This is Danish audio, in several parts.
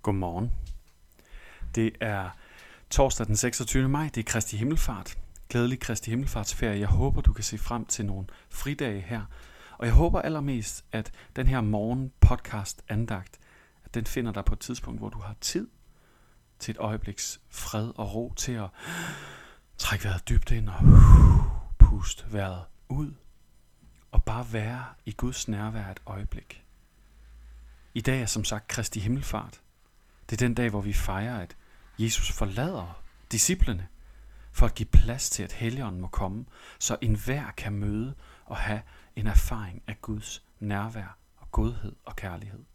Godmorgen. Det er torsdag den 26. maj. Det er Kristi Himmelfart. Glædelig Kristi Himmelfartsferie. Jeg håber, du kan se frem til nogle fridage her. Og jeg håber allermest, at den her morgen podcast andagt, at den finder dig på et tidspunkt, hvor du har tid til et øjebliks fred og ro til at trække vejret dybt ind og puste vejret ud. Og bare være i Guds nærvær et øjeblik. I dag er som sagt Kristi Himmelfart. Det er den dag, hvor vi fejrer, at Jesus forlader disciplene for at give plads til, at Helligånden må komme, så enhver kan møde og have en erfaring af Guds nærvær og godhed og kærlighed.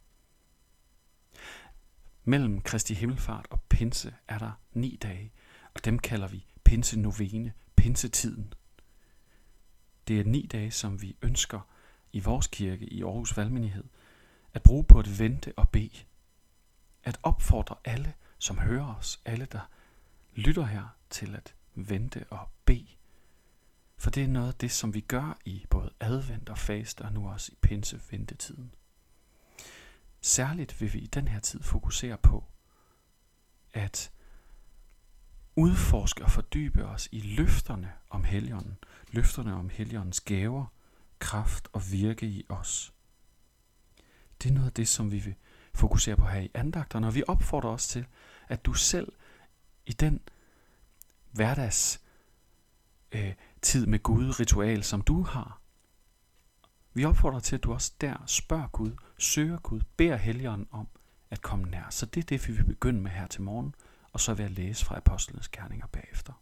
Mellem Kristi Himmelfart og Pinse er der 9 dage, og dem kalder vi Pinsenovene, Pinsetiden. Det er 9 dage, som vi ønsker i vores kirke i Aarhus Valgmenighed at bruge på at vente og bede. At opfordre alle, som hører os, alle der lytter her, til at vente og bede. For det er noget af det, som vi gør i både advent og faste, og nu også i pinseventetiden. Særligt vil vi i den her tid fokusere på at udforske og fordybe os i løfterne om Helligånden. Løfterne om Helligåndens gaver, kraft og virke i os. Det er noget af det, som vi vil fokusere på her i andagterne, og vi opfordrer os til, at du selv i den hverdags tid med Gud, ritual, som du har, vi opfordrer til, at du også der spørger Gud, søger Gud, beder Helligånden om at komme nær. Så det er det, vi vil begynde med her til morgen, og så vil jeg læse fra Apostlenes Gerninger bagefter.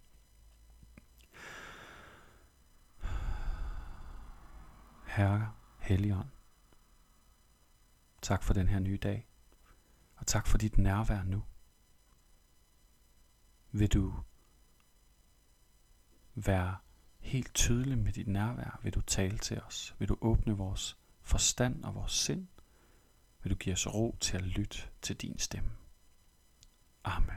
Herre, Helligånd, tak for den her nye dag, og tak for dit nærvær nu. Vil du være helt tydelig med dit nærvær? Vil du tale til os? Vil du åbne vores forstand og vores sind? Vil du give os ro til at lytte til din stemme? Amen.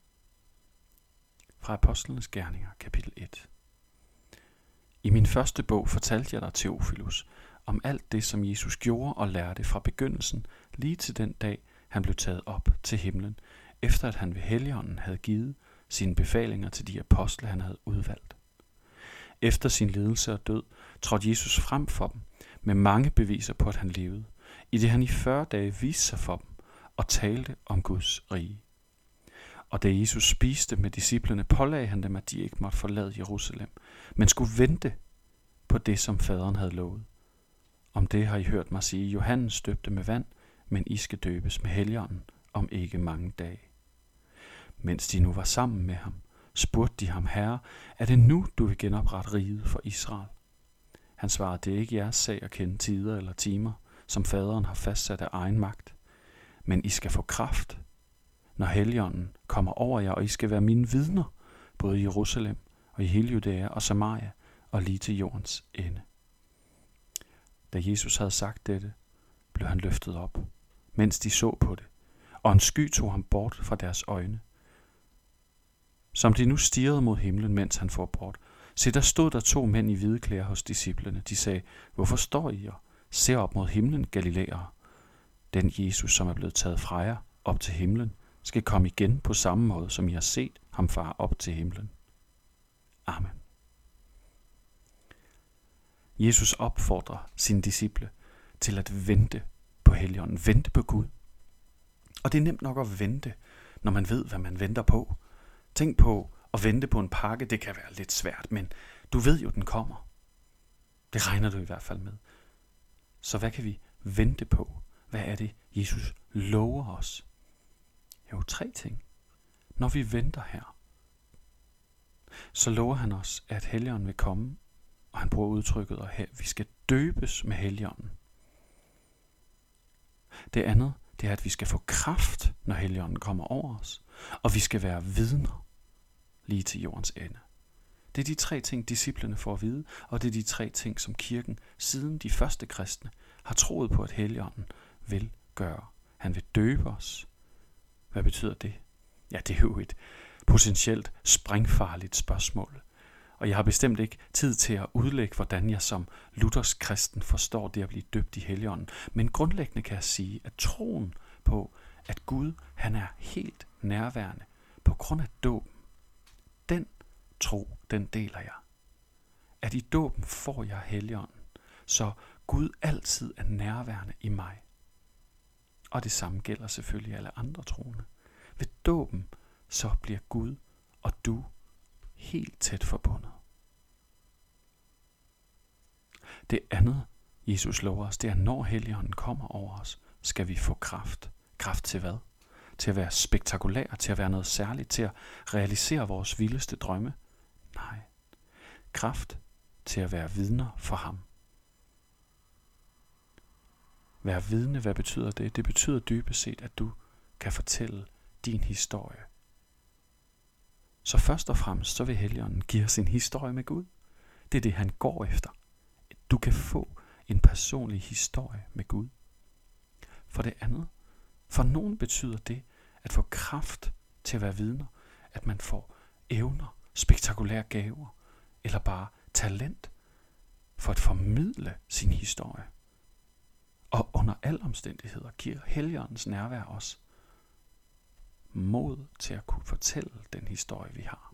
Fra Apostlenes Gerninger, kapitel 1. I min første bog fortalte jeg dig, Theophilus, om alt det, som Jesus gjorde og lærte fra begyndelsen, lige til den dag, han blev taget op til himlen, efter at han ved Helligånden havde givet sine befalinger til de apostle, han havde udvalgt. Efter sin lidelse og død trådte Jesus frem for dem med mange beviser på, at han levede, i det han i 40 dage viste sig for dem og talte om Guds rige. Og da Jesus spiste med disciplene, pålagde han dem, at de ikke måtte forlade Jerusalem, men skulle vente på det, som faderen havde lovet. Om det har I hørt mig sige, Johannes døbte med vand, men I skal døbes med Helligånden om ikke mange dage. Mens de nu var sammen med ham, spurgte de ham, Herre, er det nu, du vil genoprette riget for Israel? Han svarede, det er ikke jeres sag at kende tider eller timer, som faderen har fastsat af egen magt. Men I skal få kraft, når Helligånden kommer over jer, og I skal være mine vidner, både i Jerusalem og i hele Judæa og Samaria og lige til jordens ende. Da Jesus havde sagt dette, blev han løftet op, mens de så på det, og en sky tog ham bort fra deres øjne. Som de nu stirrede mod himlen, mens han får bort, se, der stod der 2 mænd i hvide klæder hos disciplene. De sagde, hvorfor står I og ser op mod himlen, Galilæere? Den Jesus, som er blevet taget fra jer op til himlen, skal komme igen på samme måde, som I har set ham fare op til himlen. Amen. Jesus opfordrer sine disciple til at vente på Helligånden, vente på Gud. Og det er nemt nok at vente, når man ved, hvad man venter på. Tænk på at vente på en pakke, det kan være lidt svært, men du ved jo, den kommer. Det regner du i hvert fald med. Så hvad kan vi vente på? Hvad er det, Jesus lover os? Jo, 3 ting. Når vi venter her, så lover han os, at Helligånden vil komme, og han bruger udtrykket, at vi skal døbes med Helligånden. Det andet, det er, at vi skal få kraft, når Helligånden kommer over os, og vi skal være vidner lige til jordens ende. Det er de 3 ting, disciplene får at vide, og det er de 3 ting, som kirken siden de første kristne har troet på, at Helligånden vil gøre. Han vil døbe os. Hvad betyder det? Ja, det er jo et potentielt sprængfarligt spørgsmål. Og jeg har bestemt ikke tid til at udlægge, hvordan jeg som luthersk kristen forstår det at blive døbt i Helligånden. Men grundlæggende kan jeg sige, at troen på, at Gud, han er helt nærværende på grund af dåben. Den tro, den deler jeg. At i dåben får jeg Helligånden, så Gud altid er nærværende i mig. Og det samme gælder selvfølgelig alle andre troende. Ved dåben, så bliver Gud og du helt tæt forbundet. Det andet, Jesus lover os, det er, når Helligånden kommer over os, skal vi få kraft. Kraft til hvad? Til at være spektakulær, til at være noget særligt, til at realisere vores vildeste drømme? Nej. Kraft til at være vidner for ham. Være vidne, hvad betyder det? Det betyder dybest set, at du kan fortælle din historie. Så først og fremmest, så vil Helligånden give os en historie med Gud. Det er det, han går efter. Du kan få en personlig historie med Gud. For det andet, for nogen betyder det at få kraft til at være vidner, at man får evner, spektakulære gaver, eller bare talent for at formidle sin historie. Og under alle omstændigheder giver Helligåndens nærvær os mod til at kunne fortælle den historie, vi har.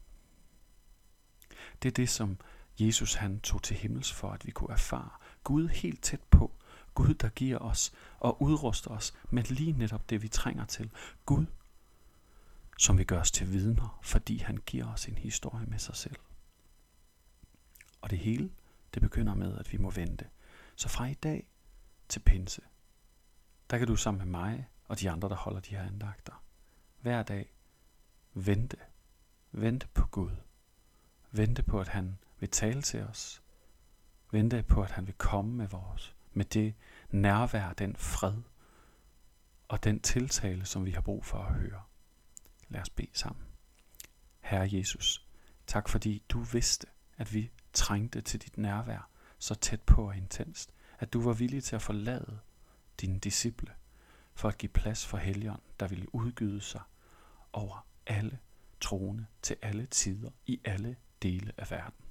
Det er det, som Jesus han tog til himmels for, at vi kunne erfare Gud helt tæt på. Gud, der giver os og udruster os med lige netop det, vi trænger til. Gud, som vil gøre os til vidner, fordi han giver os en historie med sig selv. Og det hele, det begynder med, at vi må vente. Så fra i dag til pinse, der kan du sammen med mig og de andre, der holder de her andagter, hver dag vente. Vente på Gud. Vente på, at han vil tale til os. Vente på, at han vil komme med det nærvær, den fred og den tiltale, som vi har brug for at høre. Lad os bede sammen. Herre Jesus, tak fordi du vidste, at vi trængte til dit nærvær så tæt på og intenst, at du var villig til at forlade dine disciple for at give plads for Helligånden, der ville udgyde sig over alle troende til alle tider i alle dele af verden.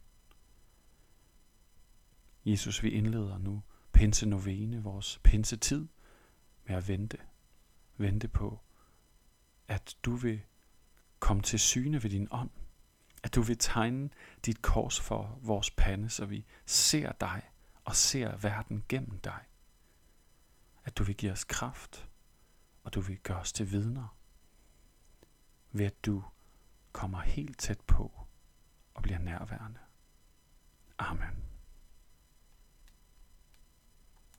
Jesus, vi indleder nu pinsenovene, vores pinsetid, med at vente. Vente på, at du vil komme til syne ved din ånd. At du vil tegne dit kors for vores pande, så vi ser dig og ser verden gennem dig. At du vil give os kraft, og du vil gøre os til vidner, ved at du kommer helt tæt på og bliver nærværende. Amen.